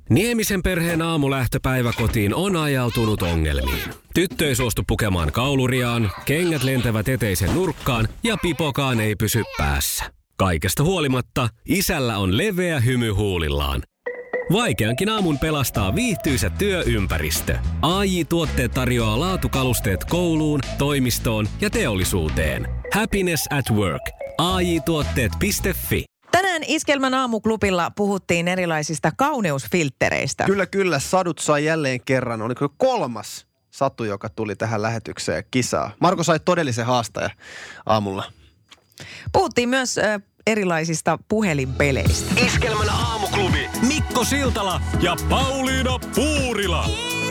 Niemisen perheen aamulähtöpäivä kotiin on ajautunut ongelmiin. Tyttö ei suostu pukemaan kauluriaan, kengät lentävät eteisen nurkkaan ja pipokaan ei pysy päässä. Kaikesta huolimatta, isällä on leveä hymy huulillaan. Vaikeankin aamun pelastaa viihtyisä työympäristö. AJ-tuotteet tarjoaa laatukalusteet kouluun, toimistoon ja teollisuuteen. Happiness at work. AJ-tuotteet.fi. Tänään Iskelmän aamuklubilla puhuttiin erilaisista kauneusfilttereistä. Kyllä. Sadut sai jälleen kerran. Oliko 3. Satu, joka tuli tähän lähetykseen kisaa. Marko sai todellisen haastaja aamulla. Puhuttiin myös erilaisista puhelinpeleistä. Iskelmän aamuklubi Mikko Siltala ja Pauliina Puurila.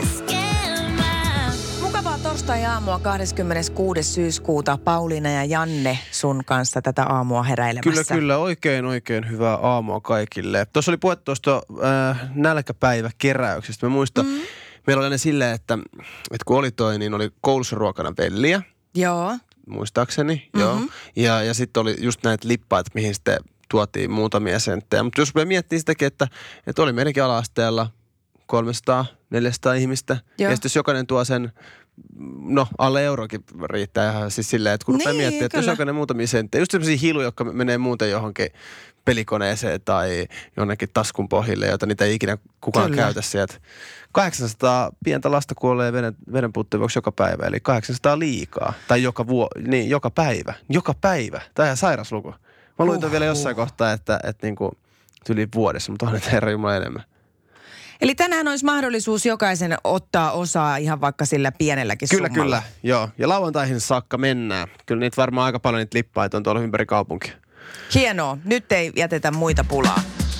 Mukavaa torstai-aamua 26. syyskuuta. Pauliina ja Janne sun kanssa tätä aamua heräilemässä. Kyllä. Oikein hyvää aamua kaikille. Tuossa oli puhe tuosta nälkäpäiväkeräyksestä. Mä muistan, meillä oli aina silleen, että kun oli niin oli koulussa ruokana velliä. Joo. Muistaakseni, joo. Ja sitten oli just näitä lippaat, mihin sitten tuotiin muutamia senttejä. Mutta jos me miettii sitäkin, että oli meidänkin ala-asteella 300-400 ihmistä. Joo. Ja sitten jos jokainen tuo sen, alle eurokin riittää ihan siis silleen, että kun rupeaa miettimään, että jos jokainen muutamia senttejä, just sellaisia hiluja, jotka menee muuten johonkin pelikoneeseen tai jonnekin taskun pohjille, jota niitä ei ikinä kukaan käytä sieltä. 800 pientä lasta kuolee vedenpuutteen vuoksi joka päivä, eli 800 liikaa. Tai joka päivä. Joka päivä. Tämä on ihan sairas luku. Mä luin vielä jossain kohtaa, että niinku yli vuodessa, mutta on herra jumala enemmän. Eli tänään olisi mahdollisuus jokaisen ottaa osaa ihan vaikka sillä pienelläkin summalla. Kyllä, joo. Ja lauantaihin saakka mennään. Kyllä niitä varmaan aika paljon niitä lippaita on tuolla ympäri kaupunkia. Hienoa. Nyt ei jätetä muita pulaa.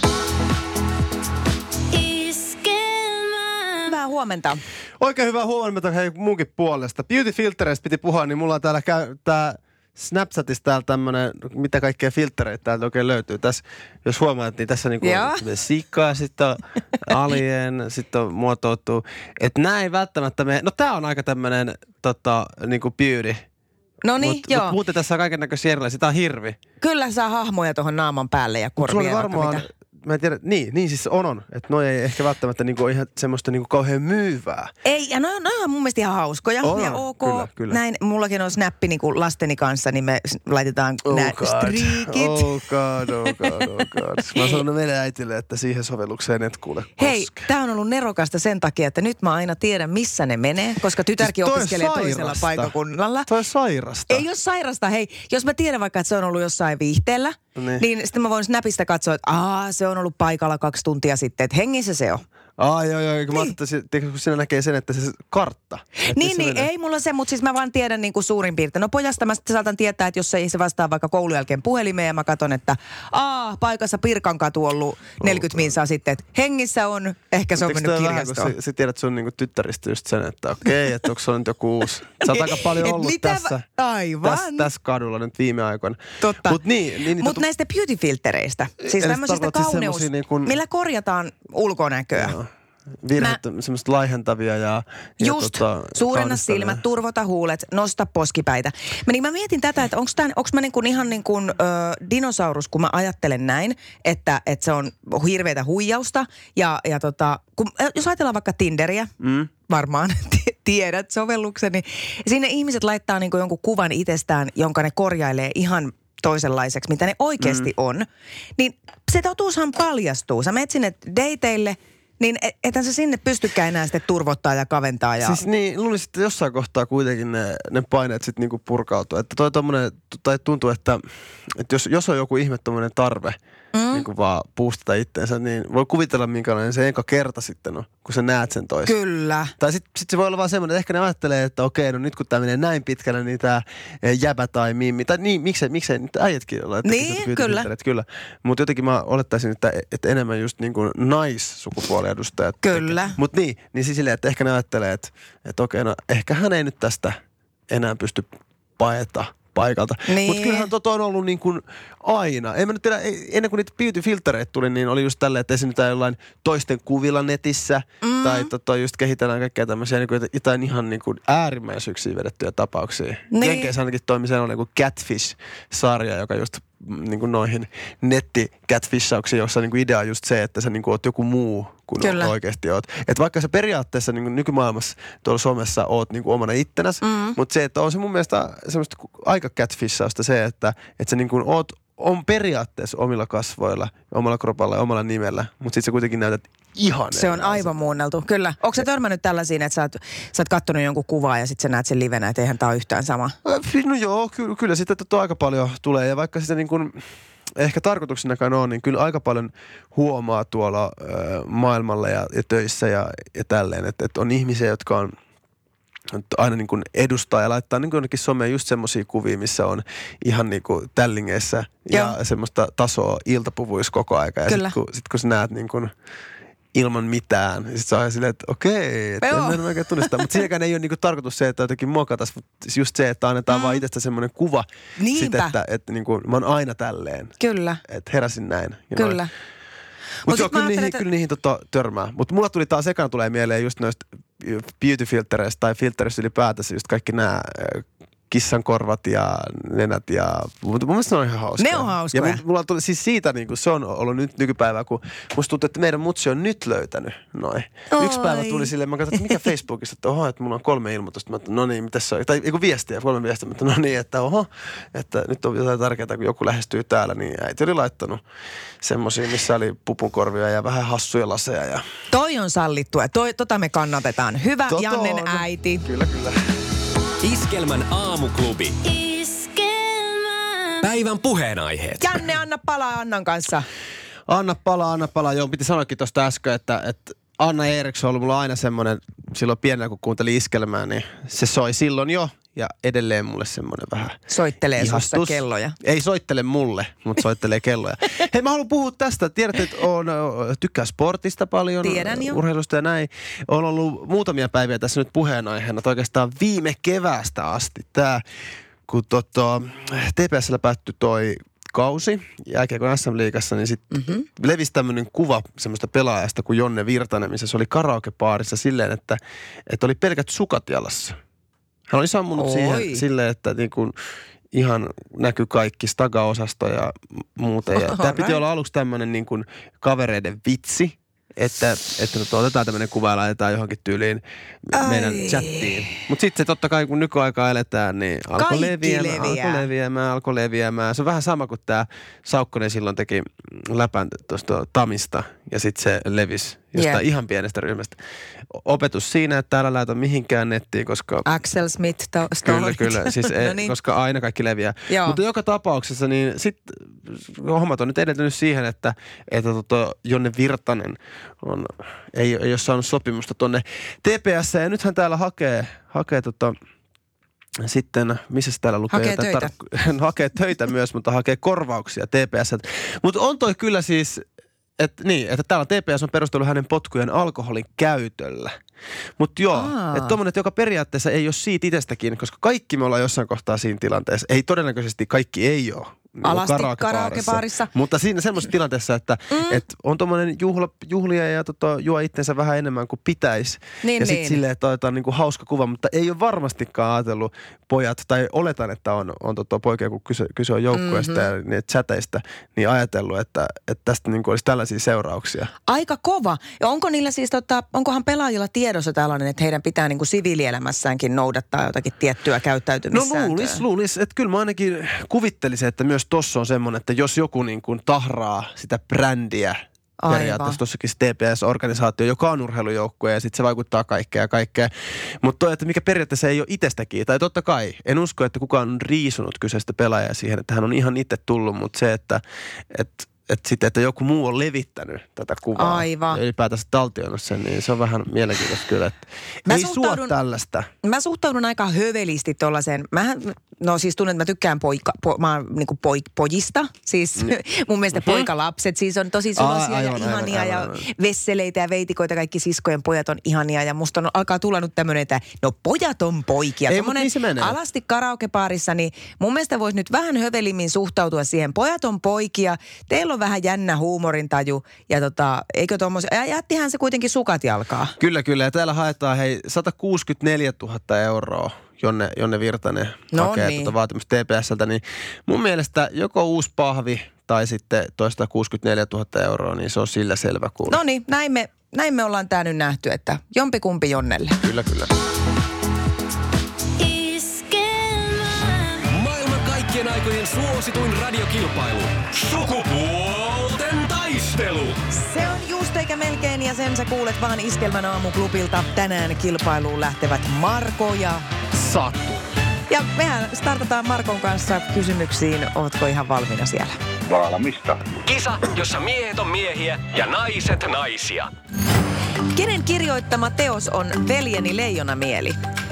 Hyvää huomenta. Oikein hyvää huomenta hei munkin puolesta. Beauty filtereistä piti puhua, niin mulla on täällä tää Snapchatissa täällä tämmönen, mitä kaikkea filtereitä täältä oikein löytyy. Tässä, jos huomaat, niin tässä niinku Sika, sitten on Alien, sitten on muotoutuu. Että nää ei välttämättä mene. No tää on aika tämmönen niinku beauty. No niin, joo. Mutta muuten tässä on kaikennäköisiä erilaisia. Tää on hirvi. Kyllä saa hahmoja tuohon naaman päälle ja korvia. Varmaan, mä en tiedä, niin siis on. Että noi ei ehkä välttämättä niinku ole ihan semmoista niinku kauhean myyvää. Ei, ja noi on mun mielestä ihan hauskoja. Ja ok, kyllä. Näin, mullakin on snappi niinku lasteni kanssa, niin me laitetaan nämä striikit. Oh god. Mä oon sanonut meidän äitille, että siihen sovellukseen et kuule koske. Hei, tää on ollut nerokasta sen takia, että nyt mä aina tiedän, missä ne menee, koska tytärkin siis opiskelee toisella paikkakunnalla. Toi on sairasta. Ei ole sairasta. Hei, jos mä tiedän vaikka, että se on ollut jossain viihteellä, niin sitten mä voin snapista katsoa, että se on ollut paikalla 2 tuntia sitten, että hengissä se on. Joo. Mä ajattelin, kun siinä näkee sen, että se kartta. Niin, ei mulla se, mutta siis mä vaan tiedän niin kuin suurin piirtein. No pojasta mä sitten saatan tietää, että jos ei se vastaa vaikka koulun jälkeen puhelimeen ja mä katson, että paikassa Pirkankatu ollut 40 minsaa sitten, että hengissä on, ehkä se on mennyt kirjastoon. Sä tiedät, että sun niinku tyttäristä just sen, että okei, että onko se on nyt joku uusi. Sä oot aika paljon ollut tässä kadulla nyt viime aikoina. Totta. Mutta näistä beauty-filtereistä, siis tämmöisistä kauneus, millä korjataan ulkonäköä. Semmoista laihentavia ja suurenna silmät, turvota huulet, nosta poskipäitä. Mä mietin tätä, että onko mä ihan niin kuin dinosaurus, kun mä ajattelen näin, että se on hirveätä huijausta. Jos ajatellaan vaikka Tinderiä, varmaan tiedät sovelluksen, niin sinne ihmiset laittaa niin kuin jonkun kuvan itsestään, jonka ne korjailee ihan toisenlaiseksi, mitä ne oikeasti on. Niin se totuushan paljastuu. Sä menet sinne dateille, niin ethän se sinne pystykään enää sitten turvottaa ja kaventaa. Ja... Siis niin, luulisin, että jossain kohtaa kuitenkin ne paineet sitten niinku purkautuu. Että tai tuntuu, että jos on joku ihme tommoinen tarve niinku vaan boostata itteensä, niin voi kuvitella minkälainen se eka kerta sitten on, kun sä näet sen toisen. Kyllä. Tai sit se voi olla vaan semmoinen, että ehkä ne ajattelee, että okei, no nyt kun tää menee näin pitkälle, niin tää jäbä tai mimmi. Tai niin, miksei nyt äijätkin olla. Niin, kyllä. Mutta jotenkin mä olettaisin, että enemmän just niinku naissukupuoliedustajat. Kyllä. Mutta niin silleen, että ehkä ne ajattelee, että okei, no ehkä hän ei nyt tästä enää pysty paeta paikalta. Niin. Mutta kyllähän on ollut niin kuin aina. En mä nyt tiedä, ennen kuin niitä beauty-filtereitä tuli, niin oli just tälleen, että esimerkiksi jollain toisten kuvilla netissä, tai just kehitellään kaikkea tämmöisiä niin kuin jotain ihan niin kuin äärimmäisyyksiä vedettyjä tapauksia. Niin. Jenkeissä ainakin toimi sellainen kuin Catfish-sarja, joka just niin kuin noihin netti-catfishauksiin, jossa niin kuin idea on just se, että sä niin kuin oot joku muu kuin oikeasti oot. Että vaikka sä periaatteessa niin kuin nykymaailmassa tuolla somessa oot niin kuin omana ittenäs, mutta se, että on se mun mielestä semmoista aika catfishausta se, että sä niin kuin on periaatteessa omilla kasvoilla, omalla kropalla ja omalla nimellä, mutta sitten sä kuitenkin näytät ihan se on aivan muunneltu, kyllä. Onko sä törmännyt tällaisiin, että sä oot kattonut jonkun kuvaa ja sitten sä näet sen livenä, että eihän tää ole yhtään sama? No joo, kyllä sitä aika paljon tulee ja vaikka sitä niin kuin ehkä tarkoituksenakaan on, niin kyllä aika paljon huomaa tuolla maailmalla ja töissä ja tälleen, että on ihmisiä, jotka on aina niin kuin edustaa ja laittaa niin kuin jonnekin someen just semmoisia kuvia, missä on ihan niin kuin tällingeissä ja semmoista tasoa iltapuvuissa koko aika. Ja sitten kun sä näet niin kuin ilman mitään, niin sit sä oon silleen, että okei, että en oikein tunnista. Mutta siinäkään ei ole niin kuin tarkoitus se, että jotenkin mokatas, mutta just se, että annetaan vaan itsestä semmoinen kuva sit, että niin kuin mä oon aina tälleen. Kyllä. Että heräsin näin. Kyllä. Mutta joo, kyllä niihin törmää. Mutta mulla tuli taas ekana tulee mieleen just noista beauty-filtereistä tai filteristä ylipäätänsä just kaikki nämä kissan korvat ja nenät ja mun mielestä se on ihan hauskoja. Ne on hauskoja. Ja mulla tuli siis siitä niin se on ollut nyt nykypäivää, kun musta tuntuu, että meidän mutsi on nyt löytänyt noin. Yksi päivä tuli silleen, mä katsoin, että mikä Facebookissa, että oho, että mulla on 3 ilmoitusta. Mä no niin, mitäs se on? Tai 3 viestiä, mutta no niin, että oho, että nyt on jotain tärkeää, kun joku lähestyy täällä, niin äiti oli laittanut semmosia, missä oli pupunkorvia ja vähän hassuja laseja. Ja toi on sallittua, tota me kannatetaan. Hyvä Jannen äiti. Kyllä. Iskelmän aamuklubi. Päivän puheenaiheet. Janne, anna palaa Annan kanssa. Anna palaa. Joo, piti sanoakin tuosta äsken, että Anna Eriksson on ollut mulla aina semmoinen, silloin pienenä kun kuuntelin Iskelmää, niin se soi silloin jo. Ja edelleen mulle semmoinen vähän soittelee sussa kelloja. Ei soittele mulle, mutta soittelee kelloja. Hei, mä haluan puhua tästä. Tiedät, että tykkää sportista paljon. Tiedän jo. Urheilusta ja näin. On ollut muutamia päiviä tässä nyt puheenaiheena, oikeastaan viime keväästä asti. Tää, kun TPS:llä päättyi toi kausi jääkiekon SM-liigassa, niin sitten levisi tämmöinen kuva semmoista pelaajasta kuin Jonne Virtanen, missä se oli karaokebaarissa silleen, että oli pelkät sukat jalassa. Hän oli sammunut siihen silleen, että niin kuin ihan näkyi kaikki stagaosasto ja muuta. Ja tämä piti olla aluksi tämmöinen niin kuin kavereiden vitsi, että otetaan tämmöinen kuva ja laitetaan johonkin tyyliin meidän chattiin. Mutta sitten se totta kai, kun nykyaikaa eletään, niin alkoi leviämään. Se on vähän sama kuin tämä Saukkonen silloin teki läpän tuosta Tamista ja sitten se levisi jostain ihan pienestä ryhmästä. Opetus siinä, että täällä laita mihinkään nettiin, koska Axel Smith Kyllä. Siis no niin. Koska aina kaikki leviää. Joo. Mutta joka tapauksessa niin sitten hommat on nyt edentynyt siihen, että Jonne Virtanen ei ole saanut sopimusta tonne TPS ja nythän täällä hakee sitten, missä se täällä lukee? Hakee töitä. Hakee töitä myös, mutta hakee korvauksia TPS. Mutta on toi kyllä siis, että täällä TPS on perustellut hänen potkujen alkoholin käytöllä. Mutta joo, että tommonen, joka periaatteessa ei ole siitä itsestäkin, koska kaikki me ollaan jossain kohtaa siinä tilanteessa. Ei todennäköisesti kaikki ei ole. Alasti karaokebaarissa. Mutta siinä semmoisessa tilanteessa, että on tommonen juhlia ja juo itsensä vähän enemmän kuin pitäisi. Ja sitten silleen, että otetaan niinku hauska kuva, mutta ei ole varmastikaan ajatellut pojat, tai oletan, että on poikia, kun kyse on joukkueesta ja chateista, niin ajatellut, että tästä niinku olisi tällaisia seurauksia. Aika kova. Ja onko niillä siis, onkohan pelaajilla tiedossa tällainen, että heidän pitää niinku siviilielämässäänkin noudattaa jotakin tiettyä käyttäytymissääntöä? No luulis, että kyllä mä ainakin kuvittelisin, että myös tossa on semmoinen, että jos joku niin kuin tahraa sitä brändiä, periaatteessa tossakin TPS-organisaatio, joka on urheilujoukkue ja sitten se vaikuttaa kaikkea. Mutta että mikä periaatteessa ei ole itsestäkin, tai totta kai, en usko, että kukaan on riisunut kyseistä pelaajaa siihen, että hän on ihan itse tullut, mutta se, että joku muu on levittänyt tätä kuvaa. Aivan. Ja ylipäätänsä taltioinut sen, niin se on vähän mielenkiintoista kyllä, että ei sua tällaista. Mä suhtaudun aika hövelisti tollaiseen. No siis tunnen, että mä tykkään niinku pojista. Siis mun mielestä poikalapset siis on tosi sulosia ja ihania ja vesseleitä ja veitikoita. Kaikki siskojen pojat on ihania ja musta alkaa tulla nyt tämmöinen, että no pojat on poikia. Ei, mutta niin se menee. Alasti karaokebaarissa, niin mun mielestä voisi nyt vähän hövelimmin suhtautua siihen. Pojat on poikia, teillä on vähän jännä huumorintaju ja eikö tommosia, jättihän se kuitenkin sukat jalkaa. Kyllä ja täällä haetaan 164 000 euroa Jonne Virtanen hakee tuota vaatimusta TPS:ltä, niin mun mielestä joko uusi pahvi tai sitten toista 64 000 €, niin se on sillä selvä kuule. No niin, näin me ollaan tää nyt nähty, että jompikumpi Jonnelle. Kyllä. Maailman kaikkien aikojen suosituin radiokilpailu. Sukupuolten taistelu. Se on just eikä melkein ja sen sä kuulet vaan Iskelmän aamuklubilta. Tänään kilpailuun lähtevät Marko ja Satu. Ja mehän startataan Markon kanssa kysymyksiin. Ootko ihan valmiina siellä? Valmista. Kisa, jossa miehet on miehiä ja naiset naisia. Kenen kirjoittama teos on Veljeni leijonamieli?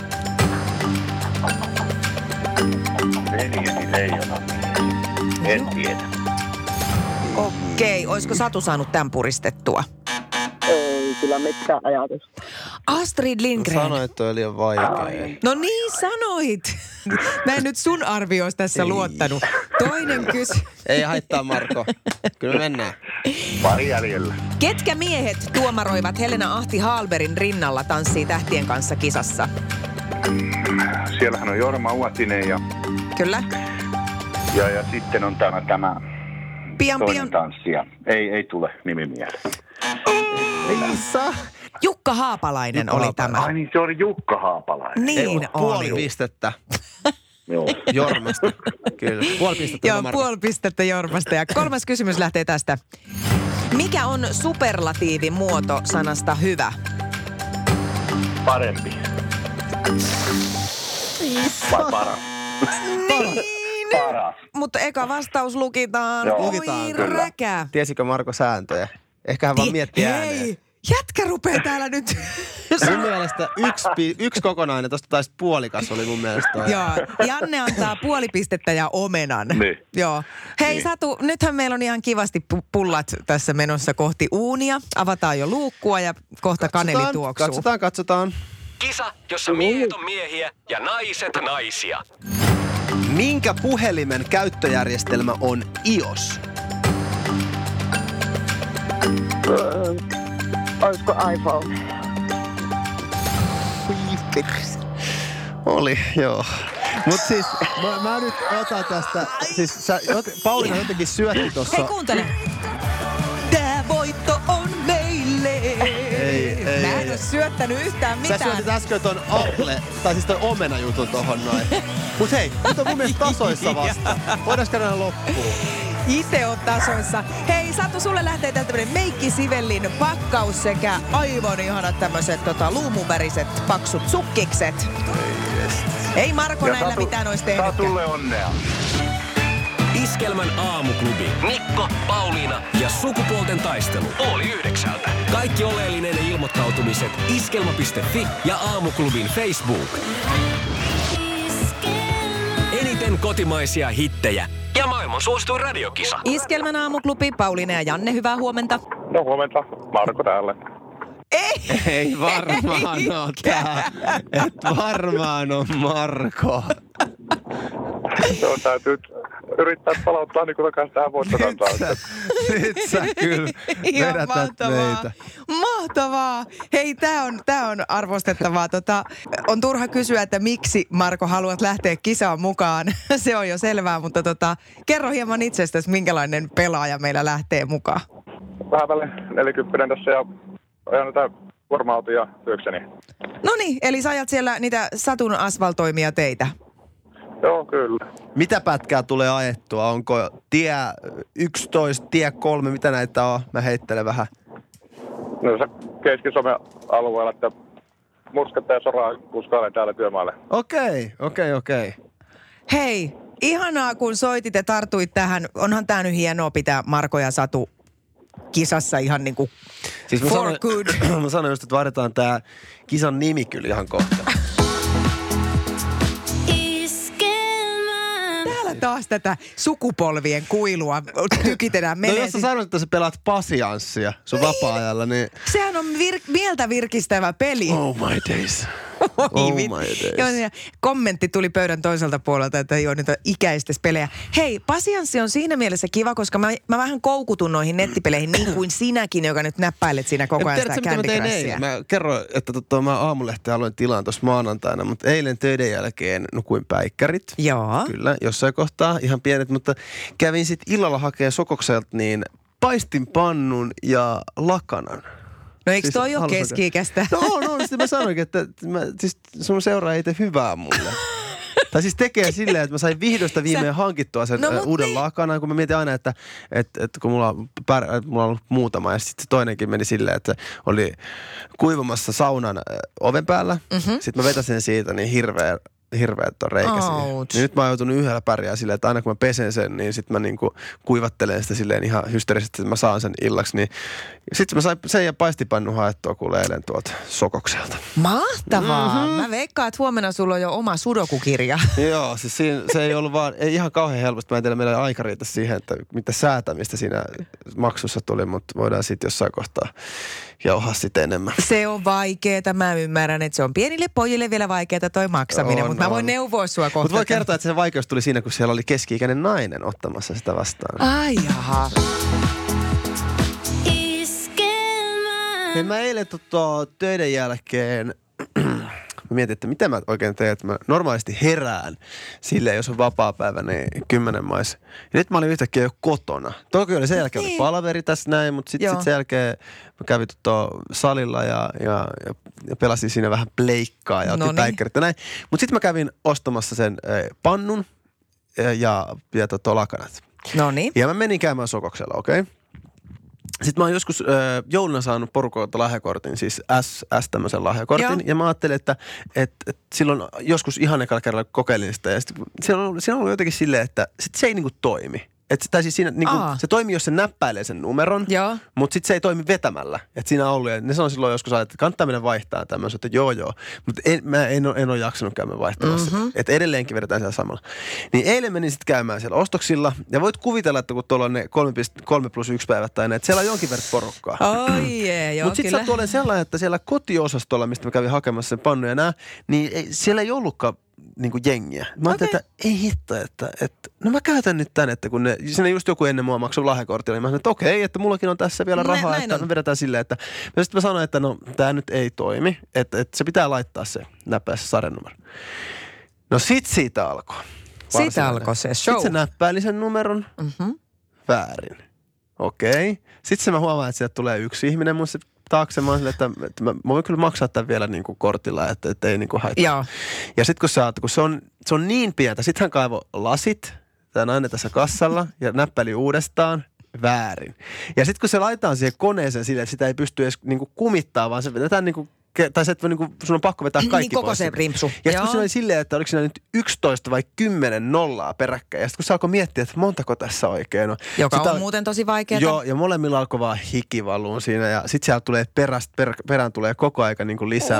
Veljeni leijona. En tiedä. Okei, olisiko Satu saanut tämän puristettua? Ei kyllä mitään ajatusta. Astrid Lindgren. Sanoit, että toi liian vaikea. No niin sanoit. Mä en nyt sun arvioista tässä luottanut. Toinen Ei haittaa, Marko. Kyllä mennään. Pari jäljellä. Ketkä miehet tuomaroivat Helena Ahti Hallbergin rinnalla Tanssii tähtien kanssa -kisassa? Siellähän on Jorma Uotinen ja Kyllä. sitten on tämä toinen tanssija. Ei tule nimi mieleen. Lisa. Jukka Haapalainen oli tämä. Ai niin, se oli Jukka Haapalainen. Niin oli. Puoli pistettä. Joo. Jormasta. Kyllä. Puoli pistettä. Joo, Marko. puoli pistettä Jormasta. Ja kolmas kysymys lähtee tästä. Mikä on superlatiivimuoto sanasta hyvä? Parempi. Vai paras? Niin. Paras. Mutta eka vastaus lukitaan. Joo. Lukitaan, Oi kyllä. räkä. Tiesikö Marko sääntöjä? Ehkä hän vaan miettii ääneen. Hei, jätkä rupee täällä nyt. Mun mielestä yksi kokonainen, tosta taisi puolikas oli mun mielestä toi. Joo, Janne antaa puoli pistettä ja omenan. Niin. Joo. Hei Niin. Satu, nythän meillä on ihan kivasti pullat tässä menossa kohti uunia. Avataan jo luukkua ja kohta kaneli tuoksuu. Katsotaan. Kisa, jossa miehet on miehiä ja naiset naisia. Minkä puhelimen käyttöjärjestelmä on iOS? Olisiko iPhone? Oli, joo. Mut siis, mä nyt otan tästä, siis Pauliina jotenkin syötti tossa. Hei kuuntele. Tää voitto on meille. Ei. Mä en oo syöttänyt yhtään Sä mitään. syötit äsken ton Apple, tai siis ton omena jutun tohon noin. Mut hei, nyt on mun mielestä tasoissa vasta. Voidaanko käydä loppuun? Itse on tasoissa. Hei Satu, sulle lähtee täältä tämmönen Meikki-Sivellin pakkaus sekä aivan ihanat tämmöiset luumuväriset paksut sukkikset. Ei Marko Ja näillä mitään ois tehnytkään. Satulle onnea. Iskelmän aamuklubi. Mikko, Pauliina ja sukupuolten taistelu. 8:30. Kaikki oleellinen ilmoittautumiset iskelma.fi ja aamuklubin Facebook. Eniten kotimaisia hittejä ja maailman suosituin radiokisa. Iskelmän aamuklubi, Pauliina ja Janne, hyvää huomenta. No huomenta. Marko täällä. Ei varmaan oo tää. Et varmaan on Marko. Joo, täytyy yrittää palauttaa niin kuin takaisin tähän voittokantaan. Nyt sä kyllä Ihan vedätät mahtavaa. meitä. Mahtavaa. Hei, tää on arvostettavaa. On turha kysyä, että miksi Marko haluat lähteä kisaan mukaan. Se on jo selvää, mutta kerro hieman itsestäsi, minkälainen pelaaja meillä lähtee mukaan. Vähän väliin 40 tässä ja ajan tätä kuorma-autoja työkseni. Noniin, eli sä ajat siellä niitä Satun asfaltoimia teitä. Joo, kyllä. Mitä pätkää tulee ajettua? Onko tie 11, tie 3, mitä näitä on? Mä heittelen vähän. No se Keski-Suomen alueella, että Mursketta ja Soraa kuskailen täällä työmaalle. Okei. Hei, ihanaa kun soitit ja tartuit tähän. Onhan tää nyt hienoa pitää Marko ja Satu kisassa ihan niinku Siis for good. Mä sanoin just, että vaihdetaan tää kisan nimi kyllä ihan kohta. Täällä taas tätä sukupolvien kuilua tykitellään No menee. jos sä sanoit, että sä pelaat pasianssia sun vapaa-ajalla, niin... Sehän on mieltä virkistävä peli. Oh my days. Oh my days. Joo, ja kommentti tuli pöydän toiselta puolelta, että joo, nyt on ikäistes pelejä. Hei, pasianssi on siinä mielessä kiva, koska mä vähän koukutun noihin nettipeleihin, niin kuin sinäkin, joka nyt näppäilet siinä koko ajan sitä Candy Crushia. Mä kerroin, että mä aamulehteen aloin tilaan tuossa maanantaina, mutta eilen töiden jälkeen nukuin päikkärit. Joo. Kyllä, jossain kohtaa ihan pienet, mutta kävin sitten illalla hakemaan Sokokselta niin paistinpannun ja lakanan. No eikö siis toi ole keski-ikäistä? No, sitten mä sanoinkin, että siis sun seuraa ei tee hyvää mulle. Tai siis tekee silleen, että mä sain vihdoista viimein hankittua sen uuden lakanan, kun mä mietin aina, että kun mulla on ollut muutama ja sitten toinenkin meni silleen, että oli kuivumassa saunan oven päällä. Mm-hmm. Sitten mä vetäsin siitä niin hirveät on reikä siihen. Niin nyt mä oon joutunut yhdellä pärjää silleen, että aina kun mä pesen sen, niin sit mä niinku kuivattelen sitä silleen ihan hysteerisesti, että mä saan sen illaksi. Niin sit mä sain sen ja paistipannun haettua kuule eilen tuolta Sokokselta. Mahtavaa! Mm-hmm. Mä veikkaan, että huomenna sulla on jo oma sudokukirja. Joo, siis se ei ollut vaan, ei ihan kauhean helposti. Mä en tiedä, meillä ei aika riitä siihen, että mitä säätämistä siinä maksussa tuli, mutta voidaan sitten jossain kohtaa jauhaa sitten enemmän. Se on vaikeeta, mä ymmärrän, että se on pienille pojille vielä vaikeeta toi maksaminen, mutta mä voin neuvoa sua kohta. Mutta voi kertoa, että se vaikeus tuli siinä, kun siellä oli keski-ikäinen nainen ottamassa sitä vastaan. Ai jaha. Mä eilen töiden jälkeen mä mietin, että mitä mä oikein teen, että mä normaalisti herään silleen, jos on vapaapäivä, niin 10 mais. Ja nyt mä olin yhtäkkiä jo kotona. Toki oli sen jälkeen oli palaveri tässä näin, mutta sitten sen jälkeen mä kävin salilla ja pelasin siinä vähän pleikkaa ja otin päikkärit ja näin. Mutta sitten mä kävin ostamassa sen pannun ja lakanat. Noniin. Ja mä menin käymään Sokoksella, okei? Sitten mä oon joskus jouluna saanut porukolta lahjakortin, siis tämmöisen lahjakortin. Joo. Ja mä ajattelin, että silloin joskus ihan ekalla kerralla kokeilin sitä. Ja siinä on ollut jotenkin silleen, että sit se ei niinku toimi. Tai siis siinä niinku, se toimii, jos se näppäilee sen numeron, mutta sitten se ei toimi vetämällä. Että siinä on ollut, ja ne sanoi silloin joskus, että kannattaa mennä vaihtaa tämmöisen, että joo. Mutta mä en ole jaksanut käydä vaihtamassa. Mm-hmm. Että edelleenkin vedetään siellä samalla. Niin eilen menin sitten käymään siellä ostoksilla, ja voit kuvitella, että kun tuolla on ne 3+1 päivät tai ne, että siellä on jonkin verran porukkaa. Mutta sitten sattuu olemaan sellainen, että siellä kotiosastolla, mistä mä kävin hakemassa sen pannu ja nää, niin siellä ei ollutkaan niinku jengiä. Mä ajattelin, että ei hitto, että no mä käytän nyt tän, että kun siinä just joku ennen mua maksoi lahjakortilla, niin mä sanoin, että okei, että mullakin on tässä vielä rahaa, että me vedetään silleen, että sitten mä sanoin, että no tää nyt ei toimi, että se pitää laittaa se näppää se sarjanumero. No sit siitä alkoi. Siitä alkoi se show. Sitten se näppäili sen numeron väärin. Okei. Sitten se mä huomaan, että sieltä tulee yksi ihminen mun taakse. Mä oon sille, että mä voin kyllä maksaa tämän vielä niin kuin kortilla, että ei niin kuin haittaa. Joo. Ja sitten kun se on niin pientä, sitten hän kaivoi lasit, tämä nainen tässä kassalla, ja näppäili uudestaan väärin. Ja sitten kun se laitetaan siihen koneeseen silleen, että sitä ei pysty edes niin kuin kumittaa, vaan se vedetään niin kuin tai se, että niinku, sun on pakko vetää kaikki niin koko pois. se rimpsu. Ja sitten kun siinä oli silleen, että oliko siinä nyt 11 vai 10 nollaa peräkkäin. Ja sitten kun se alkoi miettiä, että montako tässä oikein on. Joka on muuten tosi vaikeaa. Joo, ja molemmilla alkoi vaan hikivaluun siinä. Ja sitten siellä tulee perään tulee koko aika niinku lisää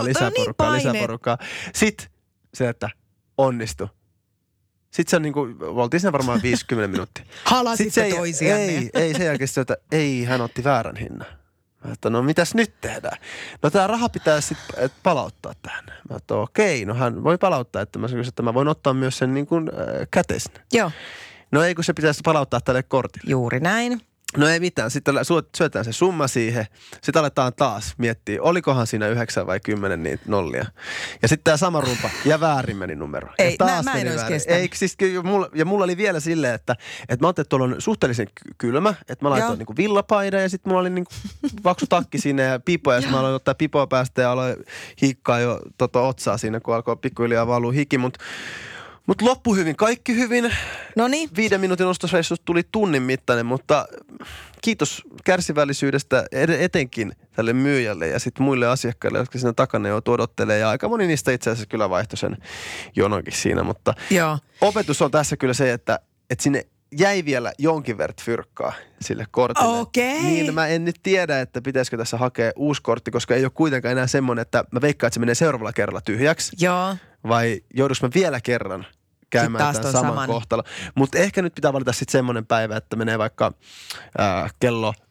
porukkaa. Sitten se, että onnistu. Sitten se on niinku, oltiin siinä varmaan 50 minuuttia. Halasitte toisianne. Ei sen jälkeen se, että hän otti väärän hinnan. Mä että no mitäs nyt tehdään? No tää raha pitää sitten palauttaa tähän. Mä että okei, no hän voi palauttaa, että mä sanoin, että mä voin ottaa myös sen niin kuin käteisen. Joo. No ei kun se pitäisi palauttaa tälle kortille. Juuri näin. No ei mitään, sitten syötään se summa siihen, sitten aletaan taas miettiä, olikohan siinä 9 vai 10 niitä nollia. Ja sitten tämä sama rumpa, ja väärin meni numero. Ei, taas mä en olisi kestänyt. Ei, siis, ja mulla oli vielä silleen, että mä ajattelin, että tuolla on suhteellisen kylmä, että mä laitoin niinku villapaidan ja sitten mulla oli niinku vaksu takki siinä ja pipo, ja mä aloin ottaa pipoa päästä ja aloin hiikkaa jo otsaa siinä, kun alkoi pikkuhiljaa valua hiki, Mutta loppu hyvin, kaikki hyvin. Noniin. 5 minuutin ostosreissusta tuli tunnin mittainen, mutta kiitos kärsivällisyydestä etenkin tälle myyjälle ja sitten muille asiakkaille, jotka siinä takana joutuu odottelemaan. Ja aika moni niistä itse asiassa kyllä vaihtoi sen jononkin siinä, mutta opetus on tässä kyllä se, että sinne jäi vielä jonkin verran fyrkkaa sille kortille. Okei. Niin mä en nyt tiedä, että pitäisikö tässä hakea uusi kortti, koska ei ole kuitenkaan enää semmoinen, että mä veikkaan, että se menee seuraavalla kerralla tyhjäksi. Joo. Vai joudunko mä vielä kerran käymään tämän saman kohtalon. Mutta ehkä nyt pitää valita sitten semmoinen päivä, että menee vaikka kello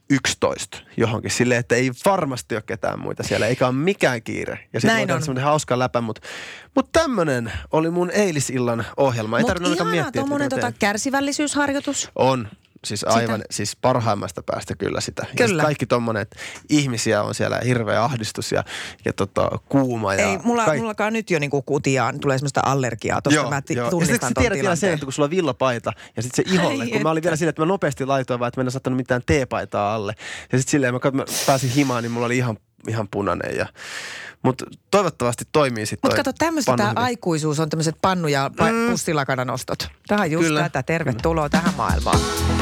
11 johonkin silleen, että ei varmasti ole ketään muita siellä, eikä ole mikään kiire. Ja sitten on semmoinen hauska läpä, mutta tämmönen oli mun eilisillan ohjelma. Ei tarvinnut ainakaan miettiä, että tommonen kärsivällisyysharjoitus. On. Siis aivan, siis parhaimmasta päästä kyllä sitä. Kyllä. Ja kaikki tommonen, että ihmisiä on siellä hirveä ahdistus ja kuuma. Ja ei, mullakaan nyt jo niinku kutiaan tulee semmoista allergiaa tosta. Joo, mä joo. tunnistan ja sitten tiedät vielä sen, että kun sulla on villapaita ja sitten se iholle, kun mä olin vielä silleen, että mä nopeasti laitoin vaan, että mä en saattanut mitään teepaitaa alle. Ja sitten silleen, mä pääsin himaan, niin mulla oli ihan punainen mutta toivottavasti toimii sitten. Mutta kato, tämmöistä tämä aikuisuus on tämmöiset pannu- ja pussilakananostot. Tämä on just tätä. Tervetuloa tähän maailmaan.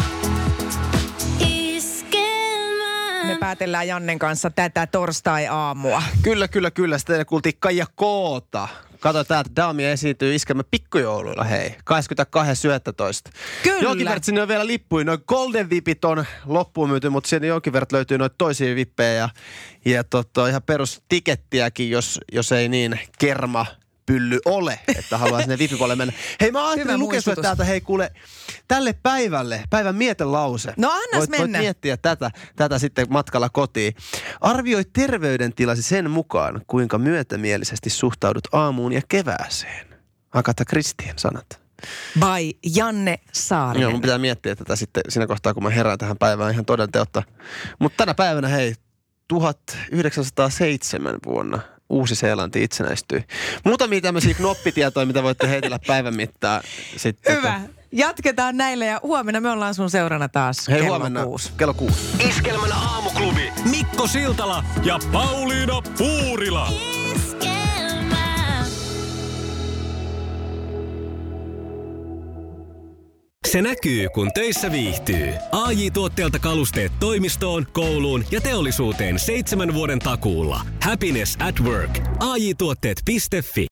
Me päätellään Jannen kanssa tätä torstai-aamua. Kyllä. Sitten kuultiin Kaija Koota. Kato täältä, Daamia esiintyy Iskelmä pikkujouluilla, hei. 22.11. Kyllä. Jonkin verran sinne on vielä lippuja. Noin Golden Vipit on loppuun myyty, mutta siinä jonkin verran löytyy noita toisia vippejä. Ja ihan perustikettiäkin, jos ei niin kermapylly ole, että haluaa sinne vipipuolelle mennä. Hei, mä ajattelin lukea sulle täältä, hei kuule, tälle päivän mietelause. No annas mennä. Voit miettiä tätä sitten matkalla kotiin. Arvioi terveydentilasi sen mukaan, kuinka myötämielisesti suhtaudut aamuun ja kevääseen. Agatha Christien sanat. By Janne Saarinen. Joo, mun pitää miettiä tätä sitten siinä kohtaa, kun mä herään tähän päivään ihan toden teotta. Mutta tänä päivänä, hei, 1907 vuonna Uusi-Seelanti itsenäistyi. Muutamia tämmöisiä knoppitietoja, mitä voitte heitellä päivän mittaan. Sitten hyvä. Jatketaan näillä ja huomenna me ollaan sun seurana taas kello 6. Iskelmän aamuklubi Mikko Siltala ja Pauliina Puurila. Se näkyy, kun töissä viihtyy. AJ-tuotteelta kalusteet toimistoon, kouluun ja teollisuuteen 7 vuoden takuulla. Happiness at work. AJ-tuotteet.fi